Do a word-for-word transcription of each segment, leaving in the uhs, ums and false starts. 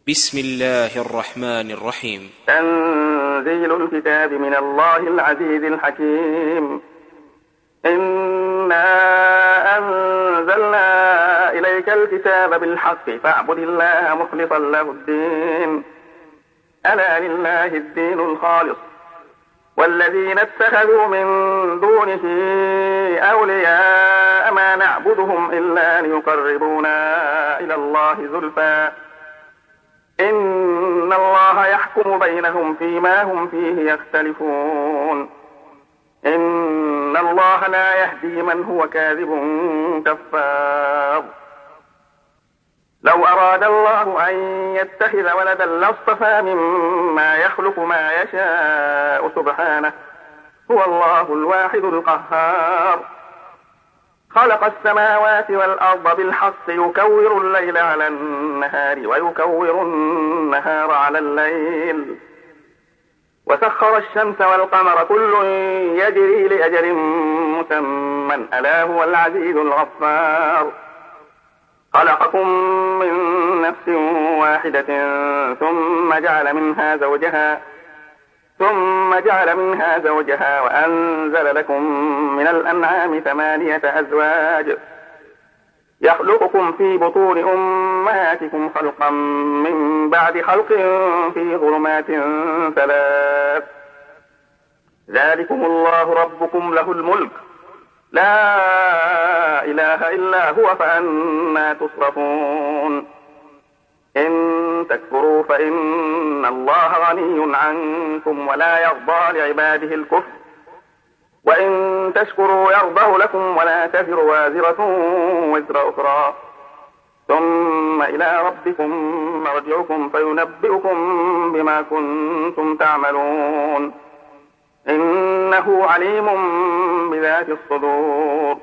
بسم الله الرحمن الرحيم. تنزيل الكتاب من الله العزيز الحكيم. إنا أنزلنا إليك الكتاب بالحق فاعبد الله مخلصا له الدين، ألا لله الدين الخالص، والذين اتخذوا من دونه أولياء ما نعبدهم إلا ليقربونا إلى الله زلفى إن الله يحكم بينهم فيما هم فيه يختلفون، إن الله لا يهدي من هو كاذب كفار. لو أراد الله أن يتخذ ولدا لاصطفى مما يخلق ما يشاء سبحانه، هو الله الواحد القهار. خلق السماوات والأرض بالحق يكور الليل على النهار ويكور النهار على الليل، وسخر الشمس والقمر كل يجري لأجل مسمى ألا هو العزيز الغفار. خلقكم من نفس واحدة ثم جعل منها زوجها ثم جعل منها زوجها وأنزل لكم من الأنعام ثمانية أزواج يخلقكم في بطون أمهاتكم خلقا من بعد خلق في ظلمات ثلاث، ذلكم الله ربكم له الملك لا إله إلا هو فأنى تصرفون. إن تكفروا فإن الله غني عنكم ولا يرضى لعباده الكفر، وإن تشكروا يرضه لكم ولا تزر وازرة وزر أخرى، ثم إلى ربكم مرجعكم فينبئكم بما كنتم تعملون، إنه عليم بذات الصدور.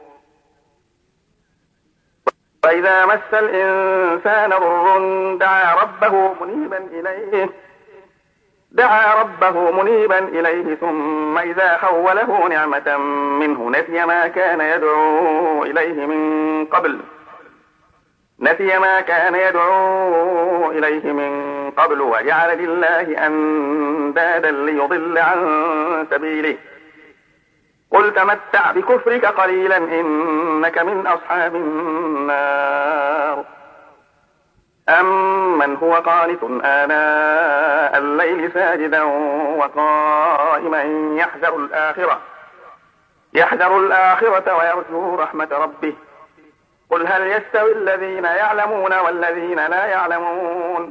وإذا مس الإنسان ضر دعا ربه منيبا إليه دعا ربه منيبا إليه ثم إذا خوله نعمة منه نسي ما كان يدعو إليه من قبل نسي ما كان يدعو إليه من قبل وجعل لله أندادا ليضل عن سبيله. قل تمتع بكفرك قليلا إنك من أصحاب النار. أمن هو قانت آناء الليل ساجدا وقائما يحذر الآخرة يحذر الآخرة ويرجو رحمة ربه. قل هل يستوي الذين يعلمون والذين لا يعلمون،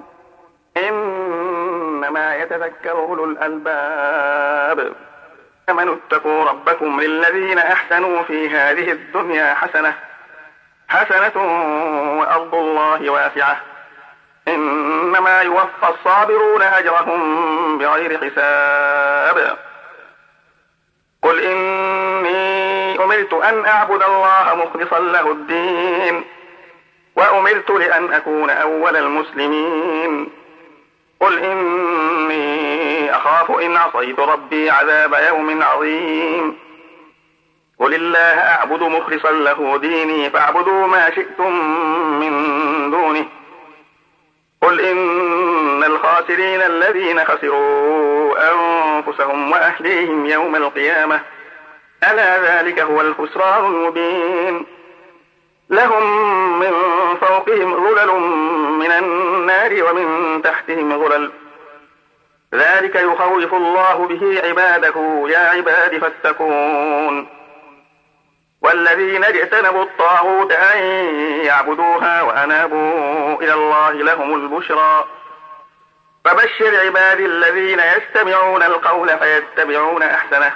إنما يتذكر أولو الألباب. آمنوا اتقوا ربكم للذين أحسنوا في هذه الدنيا حسنة حسنة وأرض الله واسعة، إنما يوفى الصابرون أجرهم بغير حساب. قل إني أمرت أن أعبد الله مخلصا له الدين وأمرت لأن أكون أول المسلمين. قل إني أخاف إن عصيت ربي عذاب يوم عظيم. قل الله أعبد مخلصا له ديني فاعبدوا ما شئتم من دونه. قل إن الخاسرين الذين خسروا أنفسهم وأهليهم يوم القيامة ألا ذلك هو الخسران المبين. لهم من فوقهم ظلل من النار ومن تحتهم ظلل، ذلك يخوف الله به عباده يا عباد فاتقون. والذين اجتنبوا الطاغوت أن يعبدوها وأنابوا إلى الله لهم البشرى. فبشر عبادي الذين يستمعون القول فيتبعون أحسنه،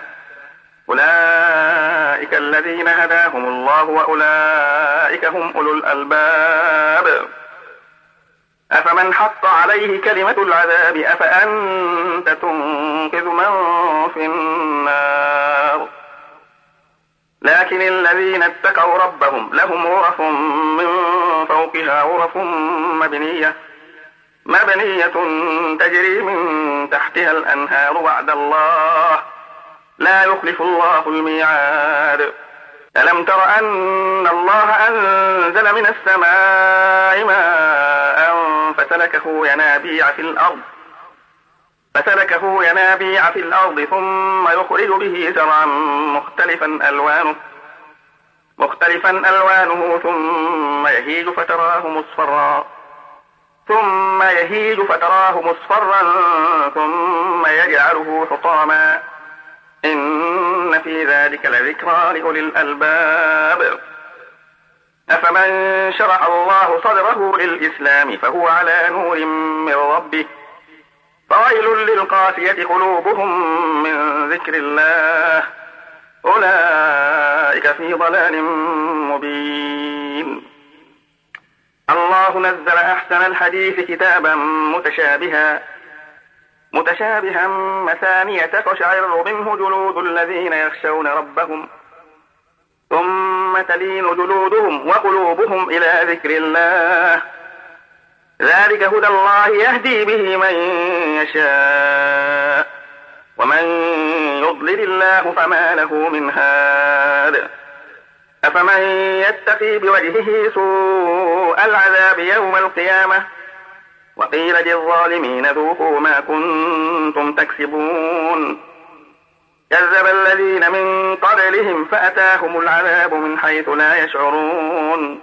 أولئك الذين هداهم الله وأولئك هم أولو الألباب. أفمن حق عليه كلمة العذاب أفأنت تنقذ من في النار. لكن الذين اتقوا ربهم لهم غرف من فوقها غرف مبنية مبنية تجري من تحتها الأنهار وعد الله لا يخلف الله الميعاد. ألم تر أن الله أنزل من السماء ماء فسلكه ينابيع في الأرض فسلكه ينابيع في الأرض ثم يخرج به زرعا مختلفا ألوانه مختلفا ألوانه ثم يهيج فتراه مصفرا ثم يهيج فتراه مصفرا ثم يجعله حطاما إن في ذلك لذكرى لأولي الألباب. أفمن شرح الله صدره للإسلام فهو على نور من ربه فويل للقاسية قلوبهم من ذكر الله أولئك في ضلال مبين. الله نزل أحسن الحديث كتابا متشابها متشابها مثانية تقشعر منه جلود الذين يخشون ربهم ثم تلين جلودهم وقلوبهم إلى ذكر الله ذلك هدى الله يهدي به من يشاء ومن يضلل الله فما له من هاد. أفمن يتقي بوجهه سوء العذاب يوم القيامة وقيل للظالمين ذوقوا ما كنتم تكسبون كذب الذين من قبلهم فأتاهم العذاب من حيث لا يشعرون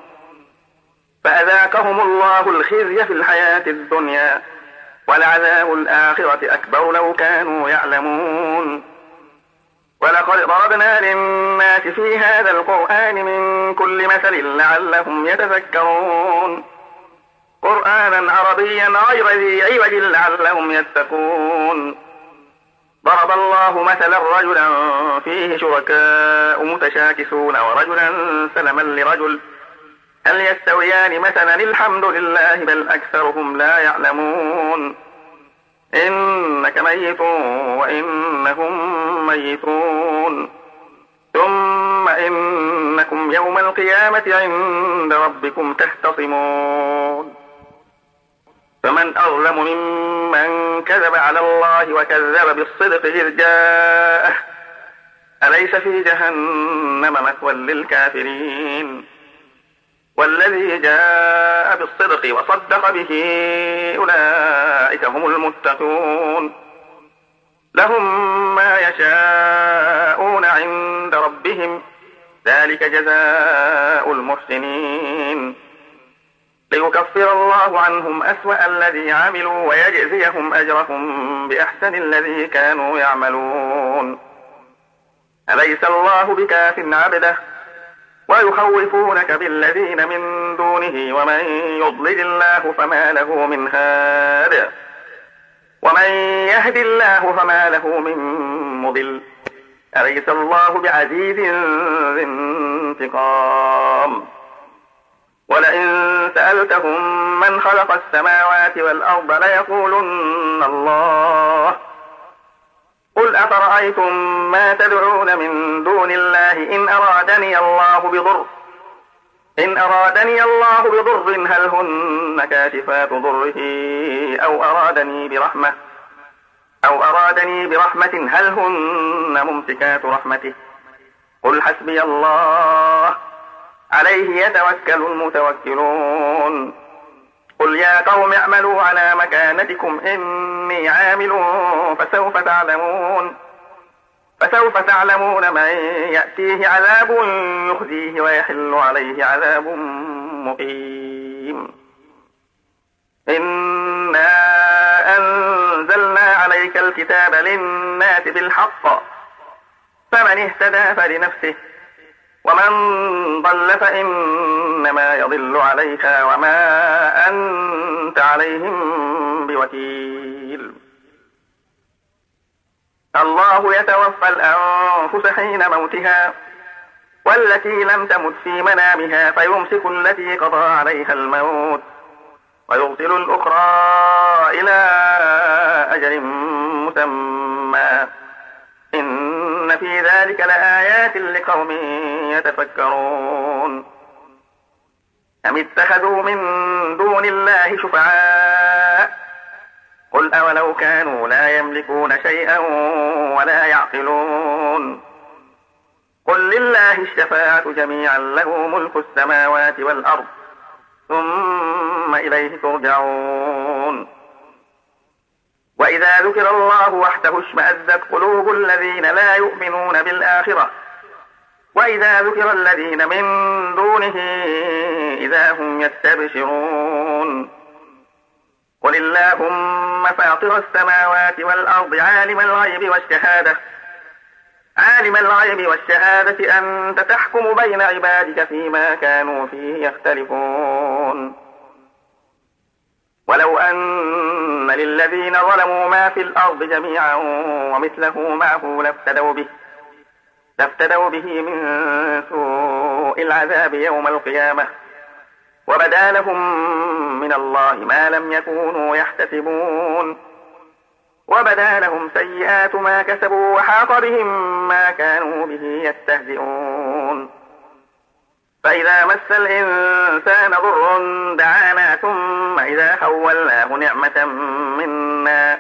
فأذاقهم الله الخزي في الحياة الدنيا ولعذاب الآخرة أكبر لو كانوا يعلمون. ولقد ضربنا للناس في هذا القرآن من كل مثل لعلهم يتذكرون قرآنا عربيا غير ذي عوج لعلهم يتقون. ضرب الله مثلا رجلا فيه شركاء متشاكسون ورجلا سلما لرجل هل يستويان مثلا الحمد لله بل أكثرهم لا يعلمون. إنك ميت وإنهم ميتون ثم إنكم يوم القيامة عند ربكم تختصمون. فمن أظلم ممن كذب على الله وكذب بالصدق إذ جاءه أليس في جهنم مثوى للكافرين. والذي جاء بالصدق وصدق به أولئك هم المتقون لهم ما يشاءون عند ربهم ذلك جزاء المحسنين ليكفر الله عنهم أسوأ الذي عملوا ويجزيهم أجرهم بأحسن الذي كانوا يعملون. أليس الله بكاف عبده ويخوفونك بالذين من دونه ومن يضلل الله فما له من هاد ومن يهد الله فما له من مضل أليس الله بعزيز ذي انتقام. ولئن سألتهم من خلق السماوات والأرض ليقولن الله قل أفرأيتم ما تدعون من دون الله إن أرادني الله بضر إن أرادني الله بضر هل هن كاشفات ضره أو أرادني برحمة أو أرادني برحمة هل هن ممسكات رحمته قل حسبي الله عليه يتوكل المتوكلون. قل يا قوم اعملوا على مكانتكم إني عامل فسوف تعلمون فسوف تعلمون من يأتيه عذاب يخزيه ويحل عليه عذاب مقيم. إنا أنزلنا عليك الكتاب للناس بالحق فمن اهتدى فلنفسه ومن ضل فإنما يضل عليها وما أنت عليهم بوكيل. الله يتوفى الأنفس حين موتها والتي لم تمت في منامها فيمسك التي قضى عليها الموت ويرسل الأخرى إلى أجل مسمى إن في ذلك لآيات لقوم يتفكرون. أم اتخذوا من دون الله شفعاء قل أولو كانوا لا يملكون شيئا ولا يعقلون قل لله الشفاعة جميعا له ملك السماوات والأرض ثم إليه ترجعون. وإذا ذكر الله وحده اشمأزت قلوب الذين لا يؤمنون بالآخرة، وإذا ذكر الذين من دونه إذا هم يستبشرون. قل اللهم فاطر السماوات والأرض عالم الغيب والشهادة عالم الغيب والشهادة أنت تحكم بين عبادك فيما كانوا فيه يختلفون. ولو أن للذين ظلموا ما في الأرض جميعا ومثله معه لافتدوا به لافتدوا به من سوء العذاب يوم القيامة، وبدا لهم من الله ما لم يكونوا يحتسبون. وبدا لهم سيئات ما كسبوا وحاق بهم ما كانوا به يستهزئون. فإذا مس الإنسان ضر دعانا ثم إذا خولناه نعمة منا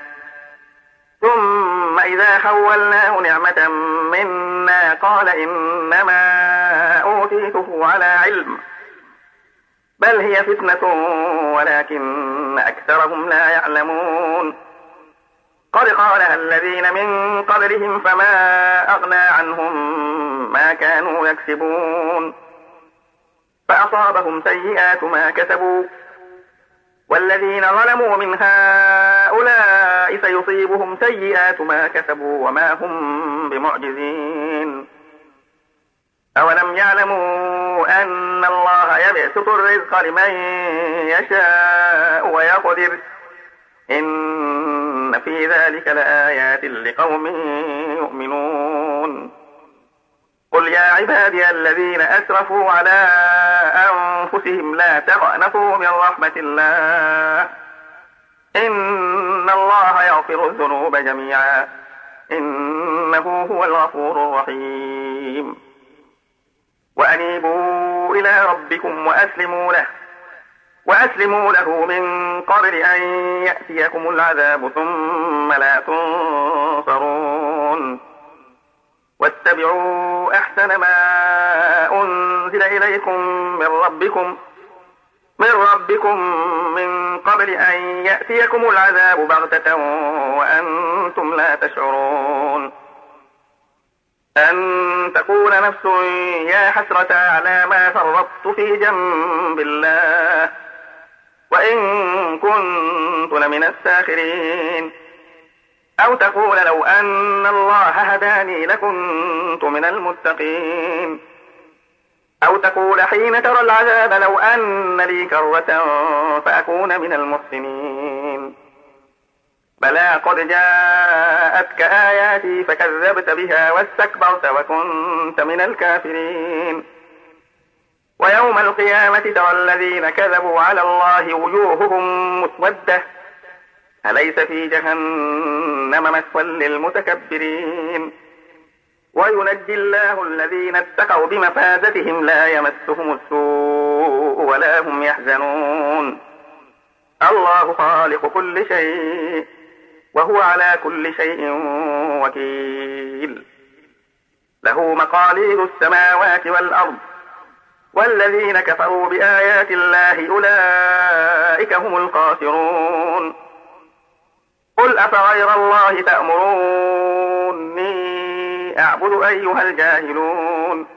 ثم إذا خولناه نعمة منا قال إنما أوتيته على علم بل هي فتنة ولكن أكثرهم لا يعلمون. قد قالها الذين من قبلهم فما أغنى عنهم ما كانوا يكسبون فأصابهم سيئات ما كسبوا والذين ظلموا من هؤلاء سيصيبهم سيئات ما كسبوا وما هم بمعجزين. أولم يعلموا أن الله يبسط الرزق لمن يشاء ويقدر إن في ذلك لآيات لقوم يؤمنون. قل يا عبادي الذين أسرفوا على أنفسهم لا تقنطوا من رحمة الله إن الله يغفر الذنوب جميعا إنه هو الغفور الرحيم. وأنيبوا إلى ربكم وأسلموا له وأسلموا له من قبل أن يأتيكم العذاب ثم لا تنصرون. واتبعوا أحسن ما أنزل إليكم من ربكم من ربكم من قبل أن يأتيكم العذاب بغتة وأنتم لا تشعرون. أن تقول نفس يا حسرة على ما فرطت في جنب الله وإن كنت لمن الساخرين. أو تقول لو أن الله هداني لكنت من المتقين. أو تقول حين ترى العذاب لو أن لي كرة فأكون من المحسنين. بلى قد جاءتك آياتي فكذبت بها واستكبرت وكنت من الكافرين. ويوم القيامة ترى الذين كذبوا على الله وجوههم مسودة أليس في جهنم مثوى للمتكبرين. وينجي الله الذين اتقوا بمفازتهم لا يمسهم السوء ولا هم يحزنون. الله خالق كل شيء وهو على كل شيء وكيل. له مقاليد السماوات والأرض والذين كفروا بآيات الله أولئك هم الخاسرون. قل أفغير الله تأمروني أعبد أيها الجاهلون.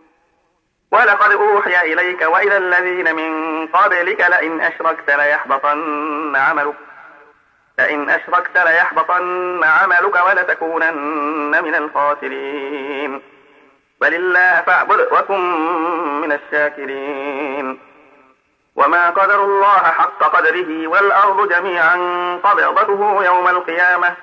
ولقد أوحي إليك وإلى الذين من قبلك لئن أشركت ليحبطن عملك لئن أشركت ليحبطن عملك ولتكونن من الخاسرين. بل الله فاعبد وكن من الشاكرين. وما قدر الله حق قدره والأرض جميعا قبضته يوم القيامة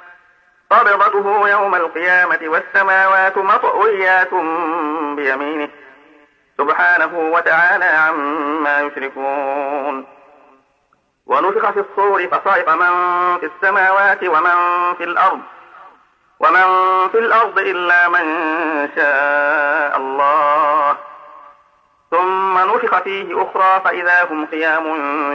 قبضته يوم القيامة والسماوات مطويات بيمينه سبحانه وتعالى عما يشركون. ونفخ في الصور فصعق من في السماوات ومن في الأرض ومن في الأرض إلا من شاء الله ثم نفخ فيه أخرى فإذا هم قيام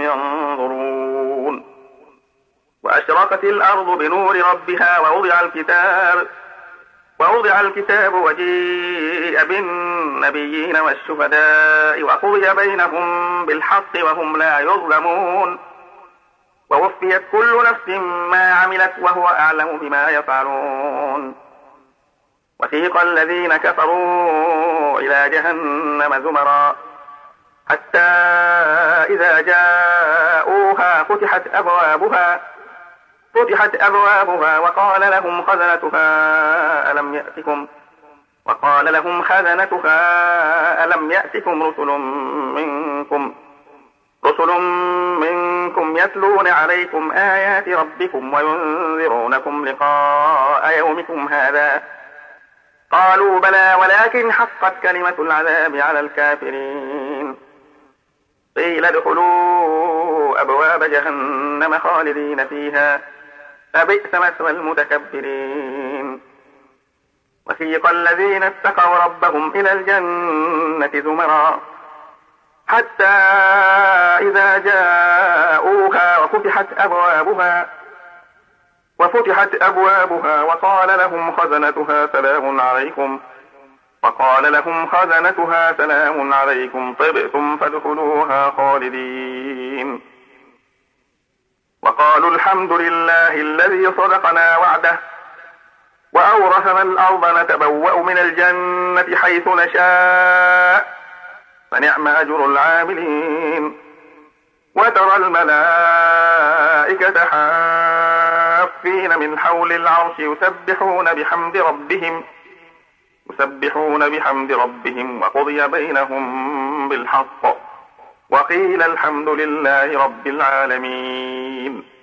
ينظرون. وأشرقت الأرض بنور ربها ووضع الكتاب ووضع الكتاب وجيء بالناس والنبيين والشهداء وقضي بينهم بالحق وهم لا يظلمون ووفيت كل نفس ما عملت وهو أعلم بما يفعلون وسيق الذين كفروا إلى جهنم زمرا حتى إذا جاءوها فتحت أبوابها فتحت أبوابها وقال لهم خزنتها ألم يأتكم وقال لهم خزنتها ألم يأتكم رسل منكم رسل منكم يتلون عليكم آيات ربكم وينذرونكم لقاء يومكم هذا قالوا بلى ولكن حقت كلمة العذاب على الكافرين قيل ادخلوا أبواب جهنم خالدين فيها فبئس مثوى المتكبرين وسيق الذين اتقوا ربهم إلى الجنة زمرا حتى إذا جاءوها وفتحت أبوابها وفتحت أبوابها وقال لهم خزنتها سلام عليكم وقال لهم خزنتها سلام عليكم طبتم فادخلوها خالدين وقالوا الحمد لله الذي صدقنا وعده وأورثنا الأرض نتبوأ من الجنة حيث نشاء فنعم أجر العاملين وترى الملائكة حافين من حول العرش يسبحون بحمد ربهم يسبحون بحمد ربهم وقضي بينهم بالحق وقيل الحمد لله رب العالمين.